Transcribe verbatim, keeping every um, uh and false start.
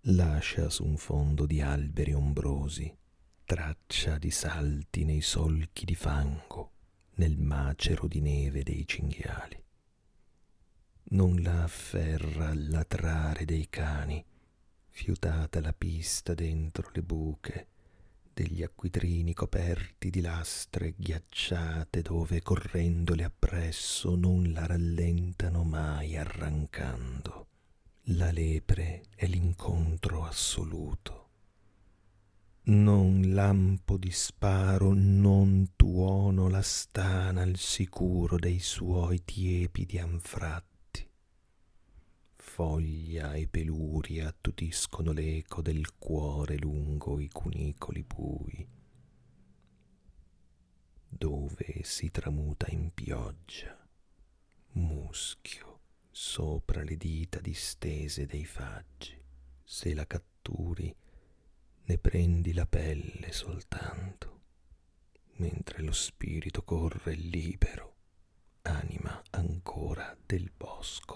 lascia su un fondo di alberi ombrosi traccia di salti nei solchi di fango, nel macero di neve dei cinghiali. Non la afferra al latrare dei cani, fiutata la pista dentro le buche degli acquitrini coperti di lastre ghiacciate dove, correndole appresso, non la rallentano mai arrancando. La lepre è l'incontro assoluto. Non lampo di sparo, non tuono la stana al sicuro dei suoi tiepidi anfratti. Foglia e peluria attutiscono l'eco del cuore lungo i cunicoli bui, dove si tramuta in pioggia, muschio sopra le dita distese dei faggi. Se la catturi, ne prendi la pelle soltanto, mentre lo spirito corre libero, anima ancora del bosco.